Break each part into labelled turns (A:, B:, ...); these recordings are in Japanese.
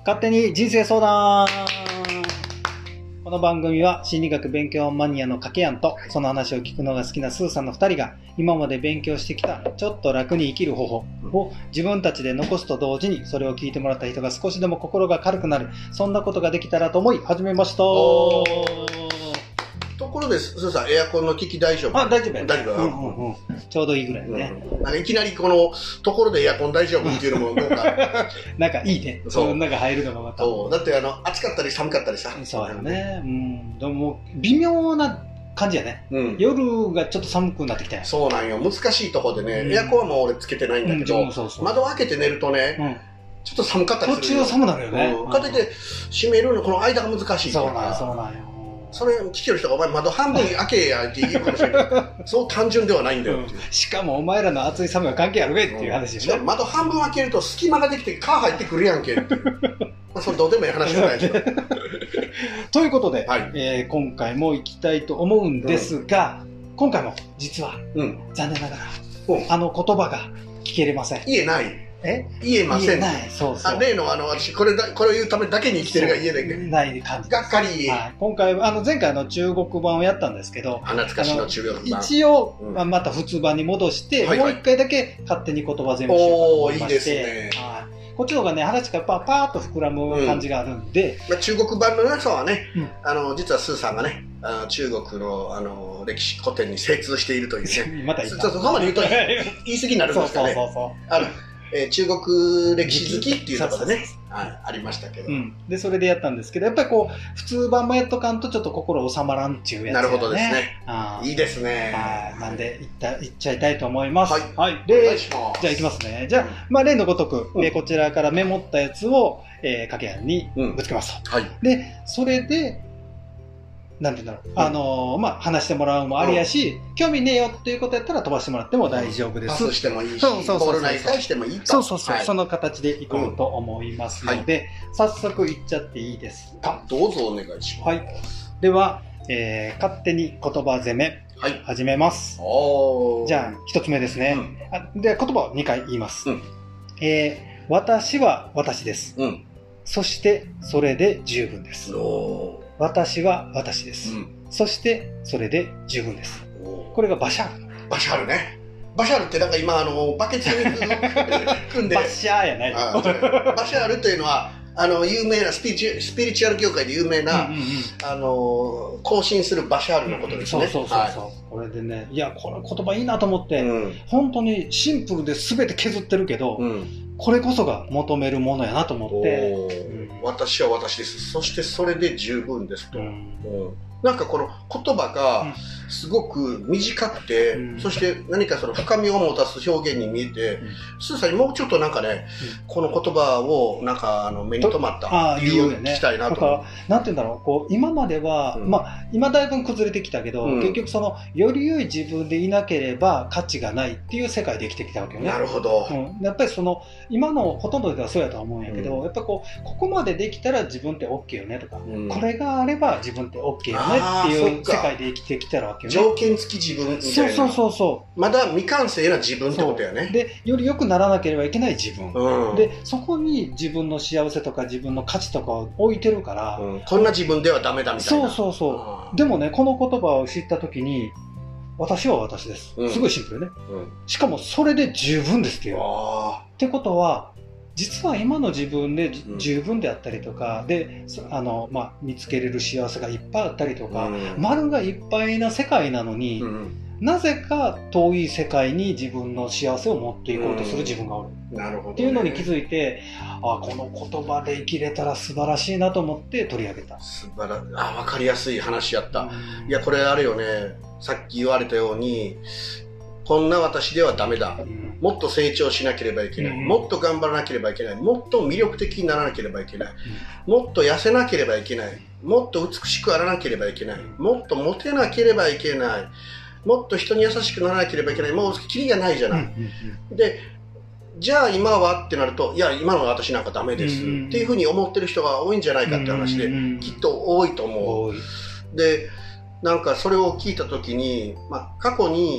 A: 勝手に人生相談。この番組は心理学勉強マニアのかけやんとその話を聞くのが好きなスーさんの2人が今まで勉強してきたちょっと楽に生きる方法を自分たちで残すと同時にそれを聞いてもらった人が少しでも心が軽くなる、そんなことができたらと思い始めました。
B: ところで、スーさん、エアコンの効き大丈夫？
A: 大丈夫やね。
B: 大丈夫、
A: ちょうどいいぐらいね。
B: なんかいきなりこのところでエアコン大丈夫っていうのもどうか
A: なんかいいね。そんなが入るのがまた。
B: そうだって暑かったり寒かったりさ。
A: そうやね。でも微妙な感じやね。夜がちょっと寒くなってきたよ。
B: そうなんよ。難しいところでね、エアコンはもう俺つけてないんだけど、窓を開けて寝るとね、ちょっと寒かったりする。
A: こっちは寒なるよね。
B: かといって閉めるのこの間が難しい。
A: そうなんよ。
B: それ聞ける人がお前窓半分開けやって言うかもしれないけど、そう単純ではないんだよっていう。
A: しかもお前らの暑い寒いは関係あるべっていう話よね。
B: しかも窓半分開けると隙間ができて蚊入ってくるやんけっていう。それどうでもいい話じゃないですか。
A: ということで、今回も行きたいと思うんですが、今回も実は残念ながらあの言葉が聞けれません。
B: 言えない。言えません。
A: 言えない。そうそう。
B: 例の私これを言うためだけに生きてるが言えないけど。
A: ない感じ。
B: がっかり。
A: 今回前回中国版をやったんですけど、
B: 懐かしの中国版。
A: 一応また普通版に戻してもう一回だけ勝手に言葉全部しようと思いまして。いいですね。こっちの方がね話がパーッと膨らむ感じがあるんで。
B: 中国版の良さはね、実はスーさんがね。中国の歴史古典に精通しているというね。
A: また言った。
B: そこまで言うと言い過ぎになるんですかね。中国歴史好きっていうところでね、ありましたけど、
A: でそれでやったんですけど、やっぱりこう普通版もやっとかんとちょっと心収まらんっていうやつ、
B: なるほどですね。いいですね。
A: なんでいっちゃいたいと思います。
B: はい。
A: でじゃあいきますね。じゃあ例のごとくこちらからメモったやつをかけやんにぶつけますと。でそれでなんていうんだろう、話してもらうのもありやし、興味ねえよっていうことやったら飛ばしてもらっても大丈夫です。
B: パスしてもいいし、ボール投げ返してもいいと。
A: その形でいこうと思いますので、早速いっちゃっていいですか？
B: どうぞお願いします。
A: では、勝手に言葉攻め、始めます。じゃあ、一つ目ですね。で、言葉を2回言います。私は私です。そして、それで十分です。私は私です。そしてそれで十分です。これがバシャール。
B: バシャールね。バシャールってなんか今バケツに組んで。
A: バシャーやない。
B: バシャールというのは有名なスピリチュアル業界で有名な更新するバシャールのことですね。
A: そうこれでね、いやこの言葉いいなと思って、本当にシンプルで全て削ってるけど、これこそが求めるものやなと思って。
B: 私は私です。そしてそれで十分ですと。なんかこの言葉がすごく短くて、そして何かその深みを持たす表現に見えて、スーさんにもうちょっとなんかね、この言葉をなんか目に留まった理由を聞きたいなと。
A: なんていうんだろう、今までは、今だいぶ崩れてきたけど、結局そのより良い自分でいなければ価値がないっていう世界で生きてきたわけよね。
B: なるほど。
A: やっぱりその今のほとんどではそうやとは思うんやけど、やっぱここまでできたら自分って OK よねとか、これがあれば自分って OK よねっていう世界で生きてきたわけよね。
B: 条件付き自分みたいな。
A: そう
B: まだ未完成な自分ってことやね。
A: でより良くならなければいけない自分、でそこに自分の幸せとか自分の価値とかを置いてるから、
B: こんな自分ではダメだみたいな。
A: でもね、この言葉を知った時に私は私です、すごいシンプルね、しかもそれで十分ですっていう。ってことは実は今の自分で十分であったりとかで、見つけれる幸せがいっぱいあったりとか、丸がいっぱいな世界なのに、なぜか遠い世界に自分の幸せを持っていこうとする自分がおる、っていうのに気づいて、この言葉で生きれたら素晴らしいなと思って取り上げた。
B: 分かりやすい話やった。いやこれあれよね、さっき言われたようにこんな私ではダメだ、もっと成長しなければいけない、もっと頑張らなければいけない、もっと魅力的にならなければいけない、もっと痩せなければいけない、もっと美しくあらなければいけない、もっとモテなければいけない、もっと人に優しくならなければいけない、もうキリがないじゃない、でじゃあ今はってなると、いや今の私なんかダメですっていうふうに思ってる人が多いんじゃないかって話で、きっと多いと思う。でなんかそれを聞いた時に、過去に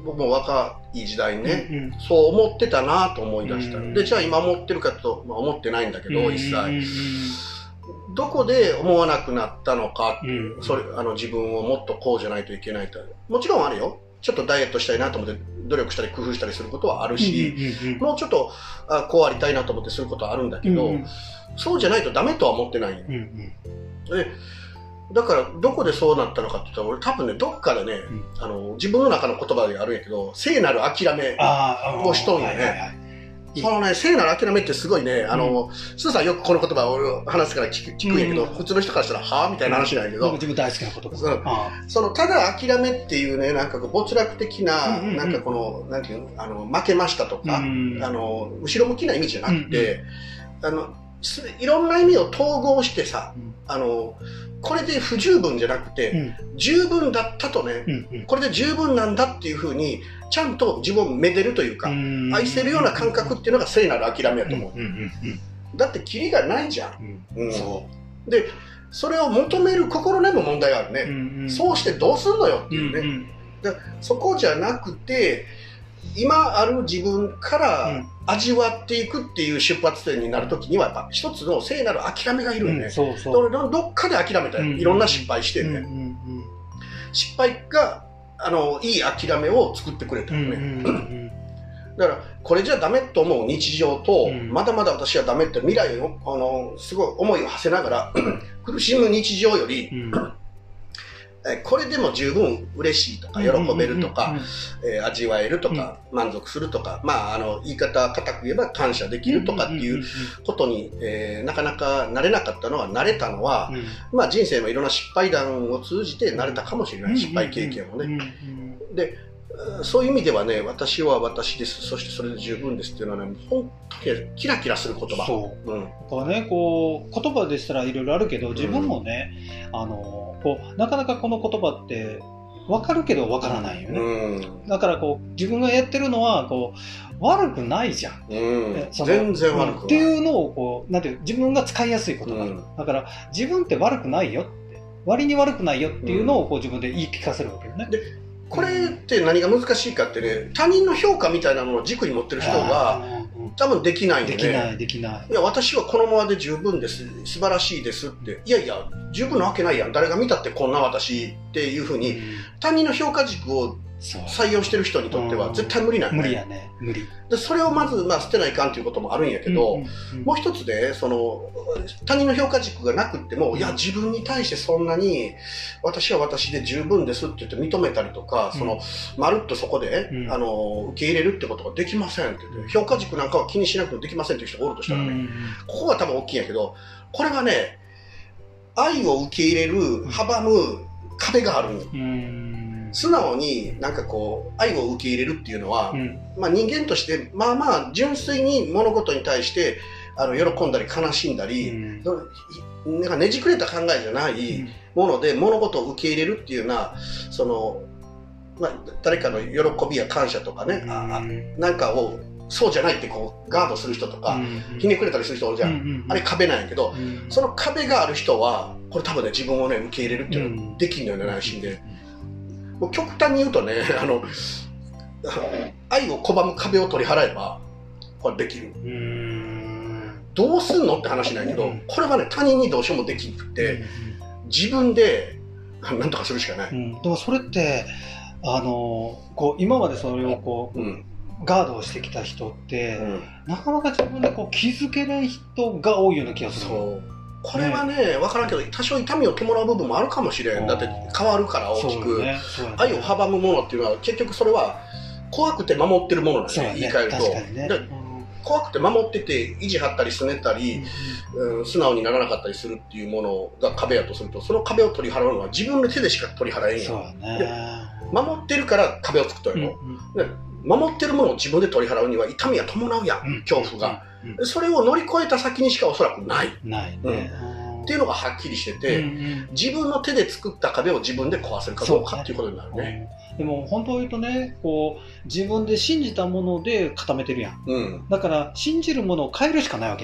B: 僕も若い時代にね、そう思ってたなと思い出した。で、じゃあ今思ってるかと、思ってないんだけど、一切。どこで思わなくなったのか、それ自分をもっとこうじゃないといけないと。もちろんあるよ。ちょっとダイエットしたいなと思って努力したり工夫したりすることはあるし、もうちょっとこうありたいなと思ってすることはあるんだけど、そうじゃないとダメとは思ってないよ。でだからどこでそうなったのかって言ったら、俺多分ね、どっかでね、自分の中の言葉であるんやけど、聖なる諦めをしとんよね。そのね、聖なる諦めってすごいね、スーさんよくこの言葉を話すから聞くんやけど、普通の人からしたら、はぁみたいな話なんやけど、
A: 自分大好きな言葉。
B: ただ諦めっていうね、なんか没落的な、なんかなんていうの、負けましたとか、後ろ向きな意味じゃなくて、いろんな意味を統合してさ、これで不十分じゃなくて、十分だったとね、これで十分なんだっていうふうに、ちゃんと自分をめでるというか、愛せるような感覚っていうのが聖なる諦めやと思う。だってキリがないじゃん。で、それを求める心にも問題があるね。そうしてどうすんのよっていうね。そこじゃなくて、今ある自分から味わっていくっていう出発点になるときには、やっぱ一つの聖なる諦めがいるよね。どっかで諦めたよ。いろんな失敗してね。失敗がいい諦めを作ってくれたよね。だからこれじゃダメと思う日常と、まだまだ私はダメって未来をすごい思いを馳せながら苦しむ日常より、これでも十分嬉しいとか喜べるとか、味わえるとか、満足するとか、言い方固く言えば感謝できるとかっていうことになかなかなれなかったのは、慣れたのは、人生のいろんな失敗談を通じて慣れたかもしれない。失敗経験をね。で、そういう意味ではね、私は私です、そしてそれで十分ですっていうのはね、本当にキラキラする言葉。
A: だからね、言葉でしたらいろいろあるけど、自分もね、なかなかこの言葉って分かるけど分からないよね。だから自分がやってるのは悪くないじゃん。
B: 全然悪くない。
A: っていうのをなんていう自分が使いやすい言葉。だから自分って悪くないよって、割に悪くないよっていうのを自分で言い聞かせるわけよね。
B: これって何が難しいかってね、他人の評価みたいなものを軸に持ってる人が多分できないんでね。
A: できない。
B: いや、私はこのままで十分です、素晴らしいですって。いやいや、十分なわけないやん。誰が見たってこんな私っていうふうに、他人の評価軸を採用してる人にとっては絶対無理なんだね。
A: 無理やね。無理。
B: でそれをまず捨てないかんということもあるんやけど、もう一つで、他人の評価軸がなくっても、いや、自分に対してそんなに私は私で十分ですって言って認めたりとか、まるっとそこで、受け入れるってことができませんって言って、評価軸なんかは気にしなくてもできませんっていう人がおるとしたらね、ここが多分大きいんやけど、これはね、愛を受け入れる、阻む壁があるんよ。素直に愛を受け入れるっていうのは、人間として純粋に物事に対して喜んだり悲しんだり、なんかねじくれた考えじゃないもので物事を受け入れるっていうような誰かの喜びや感謝とかね、なんかをそうじゃないってガードする人とか、ひねくれたりする人おるじゃん。あれ壁なんやけど、その壁がある人はこれ多分ね、自分をね受け入れるっていうのはできるのよね、内心で。もう極端に言うとね、愛を拒む壁を取り払えばこれできる。どうすんのって話なんやけど、これはね、他人にどうしようもできなくて、自分で何とかするしかない。
A: でもそれって今までそれをガードをしてきた人って、なかなか自分で気づけない人が多いような気がする。
B: これはね、分からんけど、多少痛みを伴う部分もあるかもしれん。だって変わるから大きく。愛を阻むものっていうのは、結局それは怖くて守ってるものなんですね、言い換えると。怖くて守ってて、意地張ったりすねたり、素直にならなかったりするっていうものが壁やとすると、その壁を取り払うのは自分の手でしか取り払えんよ。守ってるから壁を作ったよ。守ってるものを自分で取り払うには痛みは伴うやん、恐怖が。それを乗り越えた先にしかおそらくない。っていうのがはっきりしてて、自分の手で作った壁を自分で壊せるかどうかっていうことになるね。
A: でも本当を言うとね、自分で信じたもので固めてるやん。だから信じるものを変えるしかないわけ。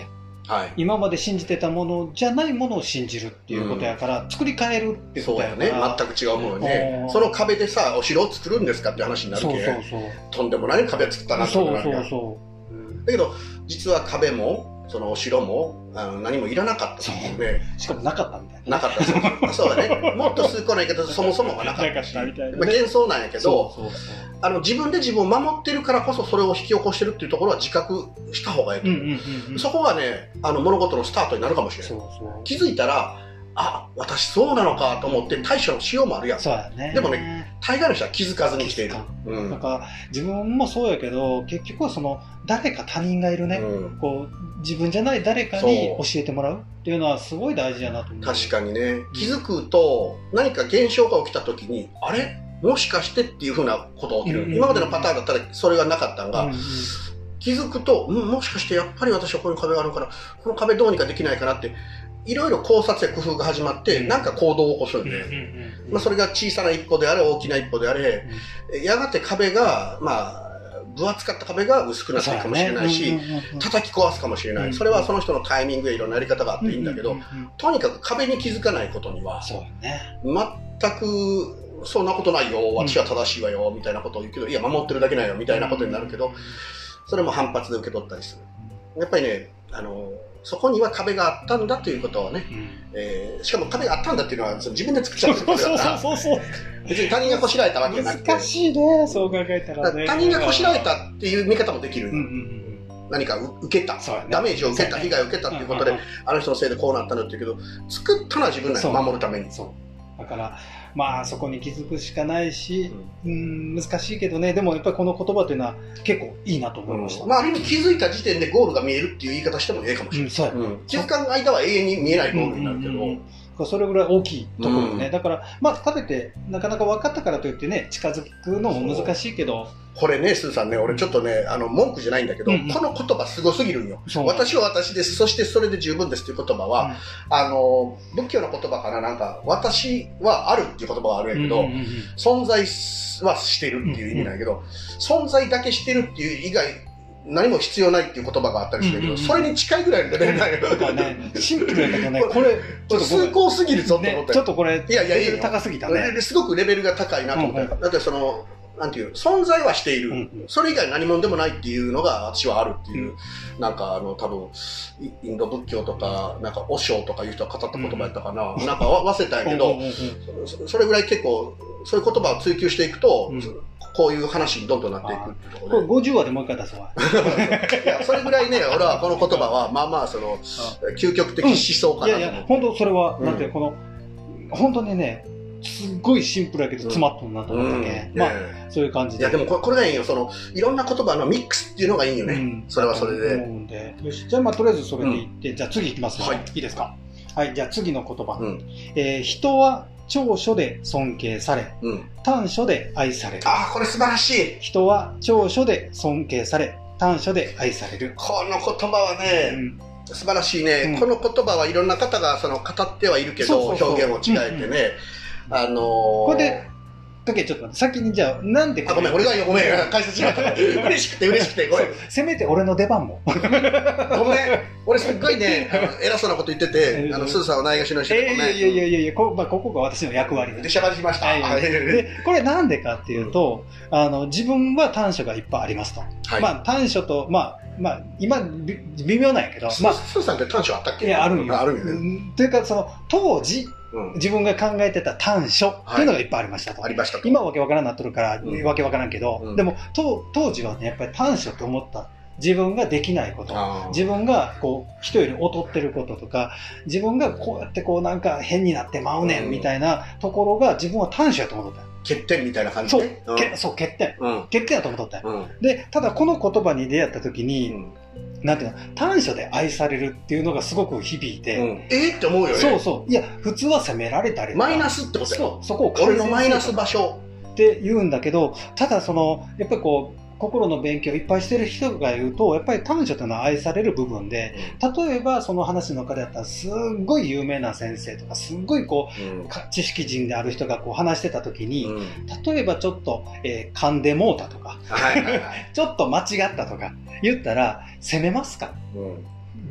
A: はい、今まで信じてたものじゃないものを信じるっていうことやから、作り変えるっていうことやから。
B: そうやね、全く違うものね。その壁でさ、お城を作るんですかって話になるけど、とんでもない壁作ったなってことになるから。だけど、実は壁も、そのお城も何もいらなかったっていうね。
A: しかもなかったみたいな。
B: なかった。そうだね。もっと数個ないけど、そもそもはなかったし。幻想なんやけど、自分で自分を守ってるからこそそれを引き起こしてるっていうところは自覚した方がいいと思う。そこがね、物事のスタートになるかもしれない。気づいたら、あ、私そうなのかと思って対処のしようもあるやん。
A: そうやね。
B: でもね、大概の人は気づかずにしている。
A: なんか自分もそうやけど、結局はその誰か他人がいるね、こう自分じゃない誰かに教えてもらうっていうのはすごい大事やなと思う。
B: 確かにね、気づくと何か現象が起きた時に、あれもしかしてっていうふうなことが起きる。今までのパターンだったらそれがなかったのが、気づくと、もしかしてやっぱり私はこういう壁があるから、この壁どうにかできないかなって、いろいろ考察や工夫が始まって、なんか行動を起こすよね。それが小さな一歩であれ、大きな一歩であれ、やがて壁が、分厚かった壁が薄くなっていくかもしれないし、叩き壊すかもしれない。それはその人のタイミングやいろんなやり方があっていいんだけど、とにかく壁に気づかないことには、全く、そんなことないよ、私は正しいわよ、みたいなことを言うけど、いや、守ってるだけないよ、みたいなことになるけど、それも反発で受け取ったりする。やっぱりね、そこには壁があったんだということはね、しかも壁があったんだっていうのは自分で作っちゃうってことだから、別に他人がこしらえたわけじゃなくて。
A: 難しいね、そう考えたらね。
B: 他人がこしらえたっていう見方もできる。何か受けた、ダメージを受けた、被害を受けたっていうことで、あの人のせいでこうなったのって言うけど、作ったのは自分なの、守るために。
A: だから、そこに気づくしかないし、難しいけどね、でもやっぱりこの言葉というのは結構いいなと思いました。
B: ある意味気づいた時点でゴールが見えるっていう言い方してもいいかもしれない。気づかん間は永遠に見えないゴールになるけど、
A: それぐらい大きいところね。だから、食べてなかなか分かったからといってね、近づくのも難しいけど。
B: これね、スーさんね、俺ちょっとね、文句じゃないんだけど、この言葉すごすぎるんよ。私は私です、そしてそれで十分ですっていう言葉は、仏教の言葉かな、なんか、私はあるっていう言葉があるんやけど、存在はしてるっていう意味なんやけど、存在だけしてるっていう以外、何も必要ないっていう言葉があったりするけど、それに近いぐらいのレベルなんやけど
A: ね。シンプルやけどね、これ、
B: ちょっと崇高すぎるぞって思って。
A: ちょっとこれ、
B: レベ
A: ル高すぎたね。
B: すごくレベルが高いなと思って。だってその、なんていう、存在はしている。それ以外何者でもないっていうのが私はあるっていう、なんか多分、インド仏教とか、なんか、和尚とかいう人が語った言葉やったかな。なんか忘れたんやけど、それぐらい結構、そういう言葉を追求していくと、こういう話にどんどんなっていくっていうところで。
A: これ50話でもう一回出すわ。
B: いや、それぐらいね、俺はこの言葉は、その、究極的思想かなと思う。
A: いや、本当それは、なんて、本当にね、すっごいシンプルやけど詰まったなと思ったね。そういう感じで。
B: いや、でもこれがいいよ。いろんな言葉のミックスっていうのがいいよね。それはそれで。
A: よし、じゃあとりあえずそれでいって、じゃあ次いきますね。いいですか。はい、じゃあ次の言葉。人は長所で尊敬され、短所で愛される。
B: ああ、これ素晴らしい。
A: 人は長所で尊敬され、短所で愛される。
B: この言葉はね、素晴らしいね。この言葉はいろんな方が語ってはいるけど、表現を違えてね。
A: これで、だけちょっと待って、先にじゃあ、なんで
B: ごめん、俺がごめん、解説しなかった。嬉しくて、ごめん。
A: せめて俺の出番も。
B: ごめん、俺すっごいね、偉そうなこと言ってて、スーさんをないがしのしてごめん。
A: いや、ここが私の役割
B: で。しゃばりしました。
A: で、これなんでかっていうと、自分は短所がいっぱいありますと。短所と、今、微妙なんやけど。
B: スーさんって短所あったっけ？
A: いや、あるんよ。
B: あるよね。
A: というか、当時、自分が考えてた短所っていうのがいっぱいありましたと。
B: ありましたと。
A: 今はわけわからんなっとるから、わけわからんけど、でも、当時はね、やっぱり短所って思った。自分ができないこと、自分が人より劣ってることとか、自分がこうやってなんか変になってまうねんみたいなところが自分は短所やと思った。
B: 欠点みたいな感じで。
A: そう、欠点。欠点やと思ったよ。で、ただこの言葉に出会った時に、なんていうの、短所で愛されるっていうのがすごく響いて。
B: って思うよね。
A: そう。いや、普通は責められたりとか。
B: マイナスってことよ。
A: そこを
B: 俺のマイナス場所。
A: って言うんだけど、ただやっぱり心の勉強をいっぱいしてる人が言うと、やっぱり短所というのは愛される部分で、例えばその話の中であったら、すっごい有名な先生とか、すっごい知識人である人が話してた時に、例えばちょっと、噛んでもうたとか、ちょっと間違ったとか言ったら、責めますか？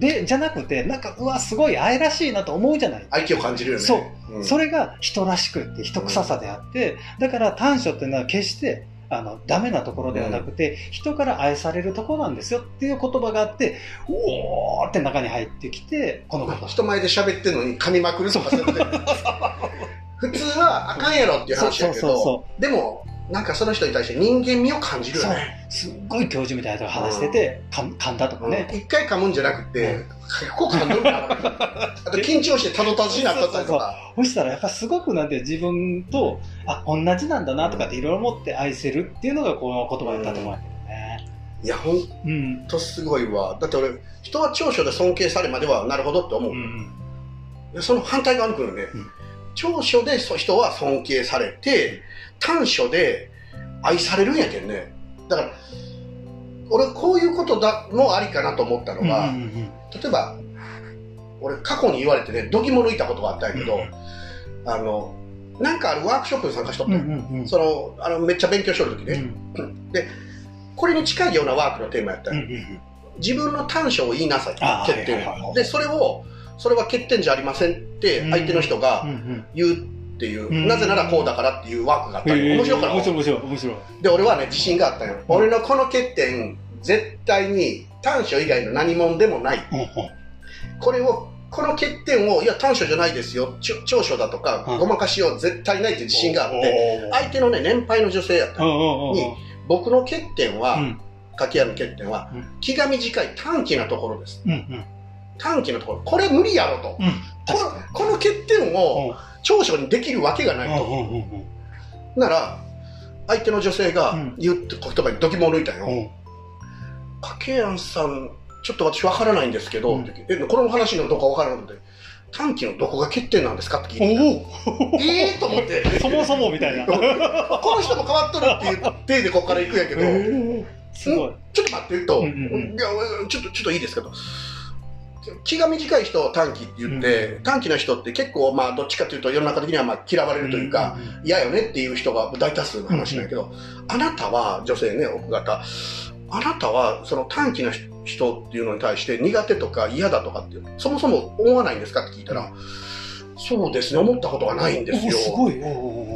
A: でじゃなくて、なんかうわすごい愛らしいなと思うじゃない。
B: 愛嬌を感じるよね。
A: そう、それが人らしくって人臭さであって、だから短所っていうのは決してダメなところではなくて、人から愛されるところなんですよっていう言葉があって、おーって中に入ってきて、この言葉。
B: 人前で喋ってるのに噛みまくるとかそう普通はあかんやろっていう話だけど、でもなんかその人に対して人間味を感じるよね。
A: すっごい教授みたいな人が話してて、噛んだとかね。
B: 一回噛むんじゃなくて、結構噛んどるから。あと緊張してたどたどしになったりとか。
A: そしたらやっぱすごくなんて自分と同じなんだなとかっていろいろ思って愛せるっていうのがこの言葉だと思うんだけどね。
B: いやほんとすごいわ。だって俺人は長所で尊敬されまではなるほどって思う。その反対側に来るね。長所で人は尊敬されて、短所で愛されるんやけんね。だから俺こういうこともありかなと思ったのが、例えば俺過去に言われてね、度肝抜いたことがあったんやけど、なんかあるワークショップに参加しとって、めっちゃ勉強しとる時ね、でこれに近いようなワークのテーマやったんや。自分の短所を言いなさい、欠点で、それは欠点じゃありませんって相手の人が言うっていう、なぜならこうだからっていうワークがあったんよ。面白いから。面白い。で俺はね自信があったんよ。俺のこの欠点絶対に短所以外の何者でもない。この欠点をいや短所じゃないですよ、長所だとかごまかしよう絶対ないっていう自信があって、相手のね年配の女性やったのに、僕の欠点は柿屋の欠点は気が短い短気なところです。短気なところ、これ無理やろと、この欠点を長所にできるわけがないと。なら相手の女性が言って言葉にドキモを抜いたよ。柿屋さんちょっと私分からないんですけど、この話のどこか分からなくて、短期のどこが欠点なんですかって聞いて、と思って
A: そもそもみたいな
B: この人も変わっとるっていう体でここから行くんやけど、
A: すごい
B: ちょっと待って言うと、いやちょっといいですけど、気が短い人を短気って言って、短気な人って結構どっちかというと世の中的には嫌われるというか、嫌よねっていう人が大多数の話なんやけど、あなたは女性ね、奥方、あなたはその短気な人っていうのに対して苦手とか嫌だとかってそもそも思わないんですかって聞いたら、そうですね、思ったことがないんですよ。すごい。と思って、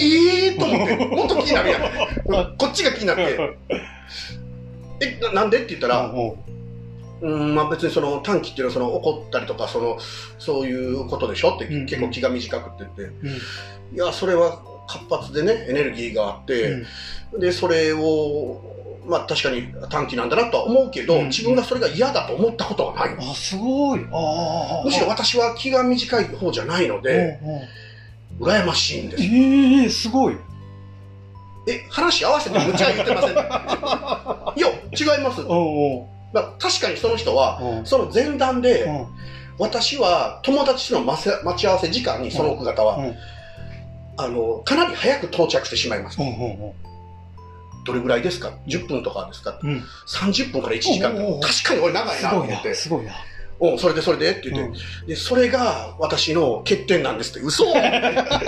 B: もっと気になるやん。こっちが気になって、なんでって言ったら、別にその短気っていうのは怒ったりとかそういうことでしょって、結構気が短くって言って、いやそれは活発でねエネルギーがあって、でそれを確かに短気なんだなとは思うけど、自分がそれが嫌だと思ったことはないの。
A: すごい。
B: むしろ私は気が短い方じゃないので、羨ましいんです。
A: すごい。
B: 話合わせて無茶言ってませんいや違います。確かにその人はその前段で、私は友達との待ち合わせ時間にその奥方はかなり早く到着してしまいます。どれぐらいですか、10分とかですか、30分から1時間って確かに俺長いなと思って、
A: すごいな、
B: それでって言って、でそれが私の欠点なんですって。嘘それ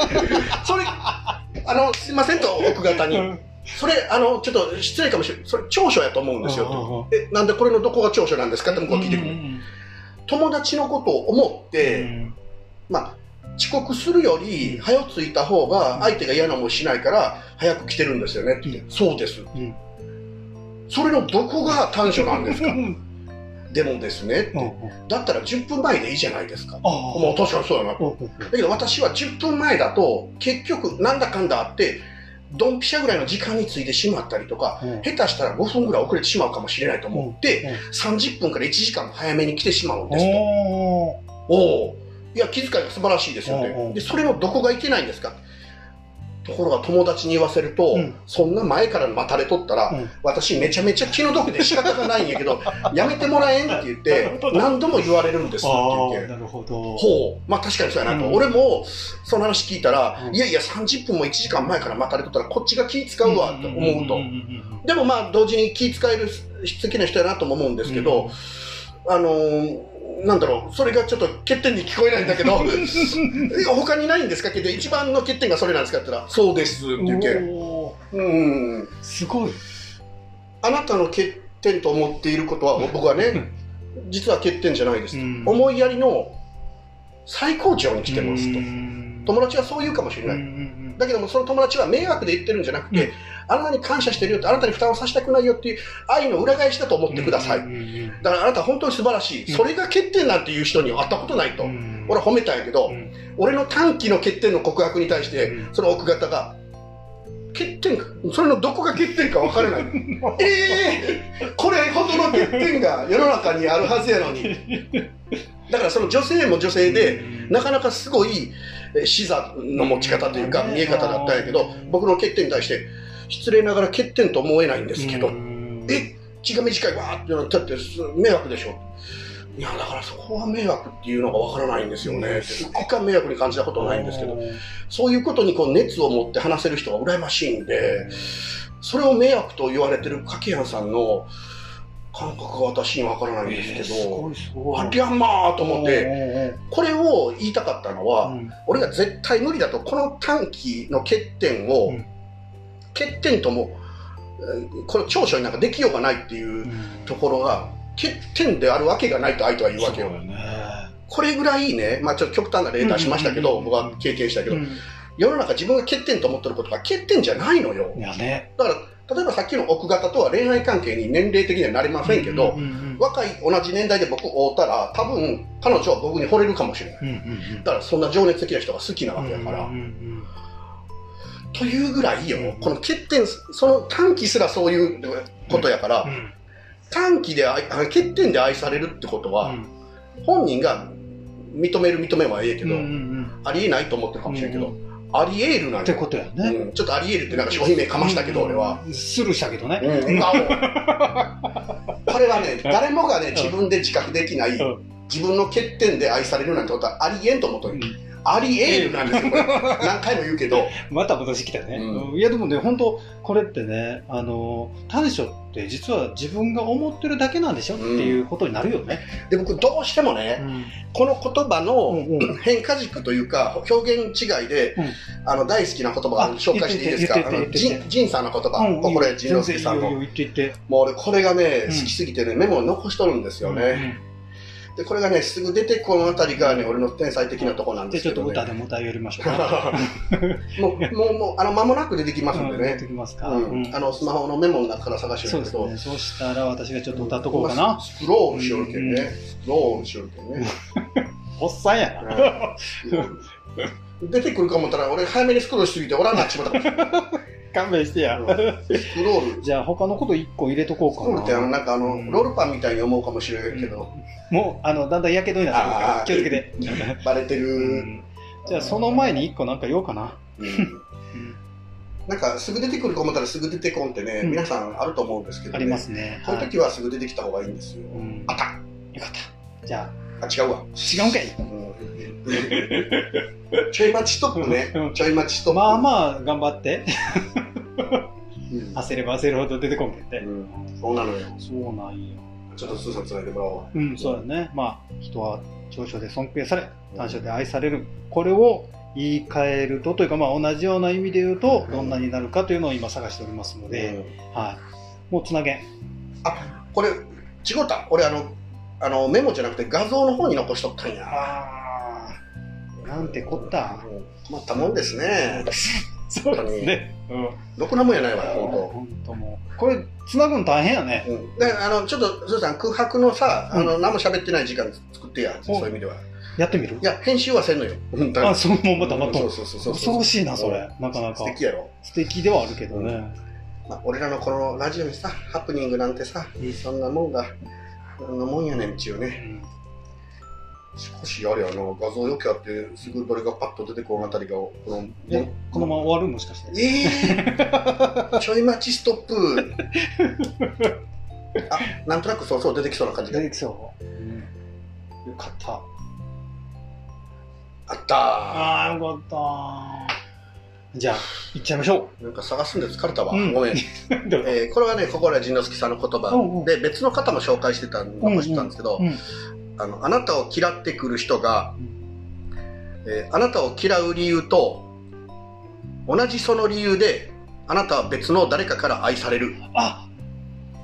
B: すいませんと奥方に、それちょっと失礼かもしれない、それ長所やと思うんですよと。なんでこれのどこが長所なんですかって向こう聞いてくる。友達のことを思って遅刻するより早く着いた方が相手が嫌な思いしないから早く来てるんですよねって言って、そうです、それのどこが短所なんですかでもですねって、だったら10分前でいいじゃないですか。もう確かにそうだなと。だけど私は10分前だと結局なんだかんだあってドンピシャぐらいの時間に着いてしまったりとか、下手したら5分ぐらい遅れてしまうかもしれないと思って、30分から1時間早めに来てしまうんですと。いや気遣いが素晴らしいですよね。でそれのどこがいけないんですか。ところが友達に言わせると、そんな前から待たれとったら、私めちゃめちゃ気の毒で仕方がないんやけどやめてもらえんって言って何度も言われるんですって言って、なるほど、確かにそうやなと、俺もその話聞いたら、いやいや30分も1時間前から待たれとったらこっちが気使うわと思うと、でも同時に気使える好きな人やなとも思うんですけど、なんだろう、それがちょっと欠点に聞こえないんだけど他にないんですかって一番の欠点がそれなんですかって言ったら、そうですって言うけ、すごい。あなたの欠点と思っていることは僕はね実は欠点じゃないですと、思いやりの最高潮に来てますと、友達はそう言うかもしれない、だけどもその友達は迷惑で言ってるんじゃなくて、あなたに感謝してるよって、あなたに負担をさせたくないよっていう愛の裏返しだと思ってください。だからあなたは本当に素晴らしい。それが欠点なんていう人には会ったことないと。俺は褒めたんやけど、俺の短期の欠点の告白に対して、その奥方が、欠点か、それのどこが欠点か分からない。これほどの欠点が世の中にあるはずやのに。だからその女性も女性で、なかなかすごい視座の持ち方というか見え方だったんやけど、僕の欠点に対して失礼ながら欠点と思えないんですけど、血が短いわーってなったって迷惑でしょ。いやだからそこは迷惑っていうのがわからないんですよね。一回迷惑に感じたことないんですけど、そういうことにこう熱を持って話せる人が羨ましいんで、それを迷惑と言われてるかけやんさんの感覚が私にわからないんですけど、ありゃまーと思って、これを言いたかったのは、俺が絶対無理だと、この短期の欠点を、欠点ともこの長所になんかできようがないっていうところが欠点であるわけがないと相手は言うわけよ。これぐらいね、まあちょっと極端な例出しましたけど、僕は経験したけど、世の中自分が欠点と思ってることが欠点じゃないのよ。だから例えばさっきの奥方とは恋愛関係に年齢的にはなりませんけど、若い同じ年代で僕会うたら多分彼女は僕に惚れるかもしれない。だからそんな情熱的な人が好きなわけだから。というぐらいよ、この欠点、その短期すらそういうことやから、短期で欠点で愛されるってことは、本人が認める認めはええけど、ありえないと思ってるかもしれんけど、ありえるなん
A: てことやね。
B: ちょっとありえるってなんか商品名かましたけど、俺は
A: スルーしたけどね。
B: これはね、誰もがね自分で自覚できない自分の欠点で愛されるなんてことはありえんと思ってる。ありえるなんですよ、これ。何回も言うけど。
A: また戻してきたね。いやでもね、本当これってね、短所って実は自分が思ってるだけなんでしょっていうことになるよね。
B: で、僕どうしてもね、この言葉の変化軸というか、表現違いで、大好きな言葉が紹介していいですか？ジンさんの言葉。これ、ジンノスケさんの。もう俺、これがね、好きすぎてね、メモを残しとるんですよね。でこれがね、すぐ出てこのあたりがね、俺の天才的なところなんですけど、ね。
A: ちょっと歌でも歌い寄りましょうか。
B: もう、間もなく出てきますんでね。
A: 出てきますか。
B: スマホのメモの中から探してるけど。
A: そうですね。そうしたら私がちょっと歌っとこうかな。
B: スクロールしよるけんね。スクロールしよるけんね。
A: おっさんやな。
B: 出てくるか思ったら、俺早めにスクロールしすぎておらんなっちまった。
A: 勘弁してや。スクロール。じゃあ他のこと1個入れとこうかな。
B: スクロールってなんかロールパンみたいに思うかもしれないけど。
A: もうだんだんやけどになってくるから気をつけて。
B: バレてる。
A: じゃあその前に1個なんか言おうかな。
B: なんかすぐ出てくると思ったらすぐ出てこんってね、皆さんあると思うんですけどね。
A: ありますね。
B: この時はすぐ出てきた方がいいんですよ。あった。
A: よかった。じゃ
B: あ、違うわ。
A: 違うんかい。
B: ちょい待ちストップね。ちょい待ちストップ。
A: まあまあ頑張って。焦れば焦るほど出てこんけんって。
B: そうなのよ。
A: そうなんよ。
B: ちょっとスーさんつないでもらおう。
A: そうだね。まあ人は長所で尊敬され、短所で愛される。これを言い換えるとというか、まあ同じような意味で言うとどんなになるかというのを今探しておりますので、はい。もうつなげん。
B: あ、これ違った。俺メモじゃなくて画像の方に残しとったんや。
A: なんてこった。
B: 困ったもんですね。
A: そうですね。
B: ろくなもんやないわ、本
A: 当もう。これ、つなぐの大変やね。
B: で、ちょっと、スーさん、空白のさ、何も喋ってない時間作ってや、そういう意味では。
A: やってみる？
B: いや、編集はせんのよ。
A: あ、そう、もうまたまた。
B: そう。
A: 恐ろしいな、それ。なかなか。
B: 素敵やろ。
A: 素敵ではあるけどね。
B: 俺らのこのラジオにさ、ハプニングなんてさ、そんなもんが、そんなもんやねんっちゅうね。しかしあれやな、画像よくあってすぐどれがパッと出てこうあたりがこ
A: のまま終わるもしかして。
B: ちょい待ちストップ。あ、なんとなくそう出てきそうな感じが。
A: 出てきそう。よかった。
B: あった
A: ー。よかった。じゃあ行っちゃいましょ
B: う。なんか探すんで疲れたわ。ごめん。これはね、ここら仁之助さんの言葉で別の方も紹介してた残してたんですけど。あなたを嫌ってくる人が、あなたを嫌う理由と同じその理由であなたは別の誰かから愛される。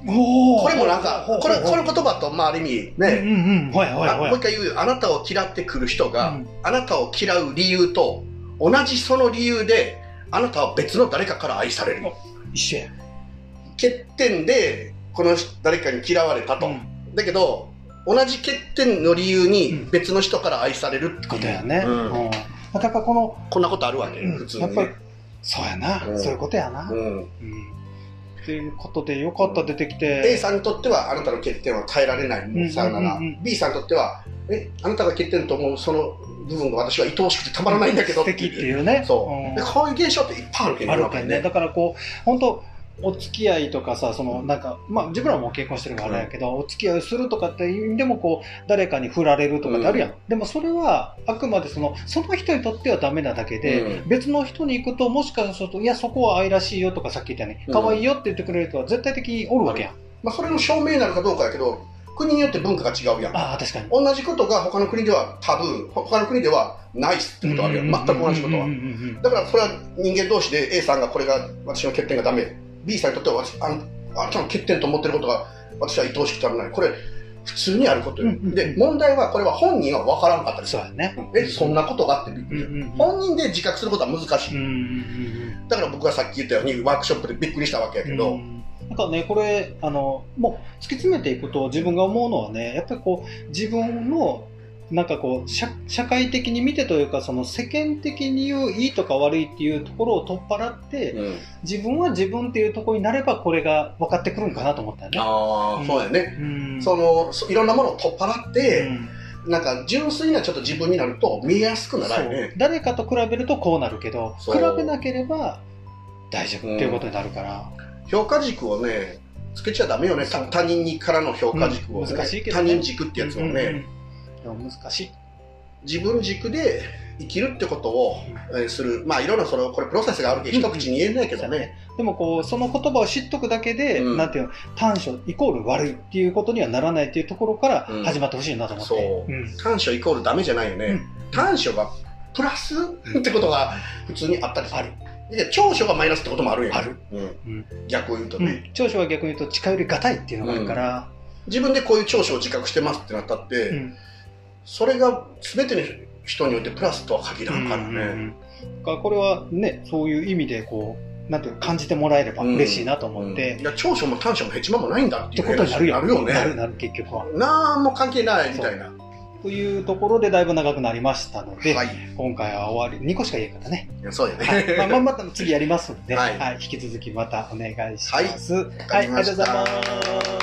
B: これもなんか、この言葉と、まあ、ある意味ね、もう一回言うよ。あなたを嫌ってくる人が、あなたを嫌う理由と、同じその理由で、あなたは別の誰かから愛される。
A: 一緒や。
B: 欠点で、この誰かに嫌われたと。だけど、同じ欠点の理由に別の人から愛されるって
A: ことやね。だから
B: こんなことあるわけ、普通に。
A: やっぱり、そうやな。そういうことやな。っていうことで、よかった、出てきて。
B: A さんにとっては、あなたの欠点は変えられない。もうさよなら。B さんにとっては、あなたが欠点と思うその部分が私は愛おしくてたまらないんだけど。
A: 素敵っていうね。
B: そう。こういう現象っていっぱいあるけどね。
A: あるけどね。だからこう、本当お付き合いとかさ、なんか、まあ自分らも結婚してるからあれやけど、お付き合いをするとかっていう意味でもこう、誰かに振られるとかってあるやん。でもそれは、あくまでその人にとってはダメなだけで、別の人に行くと、もしかすると、いや、そこは愛らしいよとかさっき言ったように、可愛いよって言ってくれる人は絶対的におるわけやん。
B: まあそれの証明になるかどうかやけど、国によって文化が違うやん。
A: ああ、確かに。
B: 同じことが他の国ではタブー、他の国ではナイスってことあるやん。全く同じことは。だからそれは人間同士で A さんがこれが私の欠点がダメ。B さんにとってはあなたの欠点と思ってることが私は愛おしくてならない。これ普通にあることよ。で、問題はこれは本人は分からんかったりする。
A: そうやね。
B: そんなことがあってびっくり。本人で自覚することは難しい。だから僕がさっき言ったようにワークショップでびっくりしたわけやけど、
A: なんかね、これ、もう突き詰めていくと自分が思うのはね、やっぱりこう、自分の、なんかこう、社会的に見てというか、その世間的に言ういいとか悪いっていうところを取っ払って、自分は自分っていうところになればこれが分かってくるんかなと思ったよね。
B: ああ、そうやね。いろんなものを取っ払って、なんか純粋なちょっと自分になると見えやすくなるよね。
A: 誰かと比べるとこうなるけど、比べなければ大丈夫っていうことになるから。
B: 評価軸をね、つけちゃダメよね。他人にからの評価軸を、
A: 難しいけどね。
B: 他人軸ってやつをね。
A: 難しい。
B: 自分軸で生きるってことをする。まあいろんなこれプロセスがあるけど、一口に言えないけどね。
A: でもこう、その言葉を知っとくだけで、なんていうの、短所イコール悪いっていうことにはならないっていうところから始まってほしいなと思って。
B: そう。短所イコールダメじゃないよね。短所がプラスってことが普通にあったりする。ある。長所がマイナスってこともあるんや。
A: ある。
B: 逆を言うとね。
A: 長所は逆に言うと近寄りがたいっていうのがあるから。
B: 自分でこういう長所を自覚してますってなったって、それが全ての人によってプラスとは限らんからね。
A: これはね、そういう意味でこう、なんていう感じてもらえれば嬉しいなと思って。
B: いや、長所も短所もヘチマもないんだ
A: ってことになるよね。なる、結局は。
B: なんも関係ないみたいな。
A: というところでだいぶ長くなりましたので、今回は終わり、2個しか言えなかったね。
B: そうよね。
A: また次やりますので、引き続きまたお願いします。はい、ありがとうございます。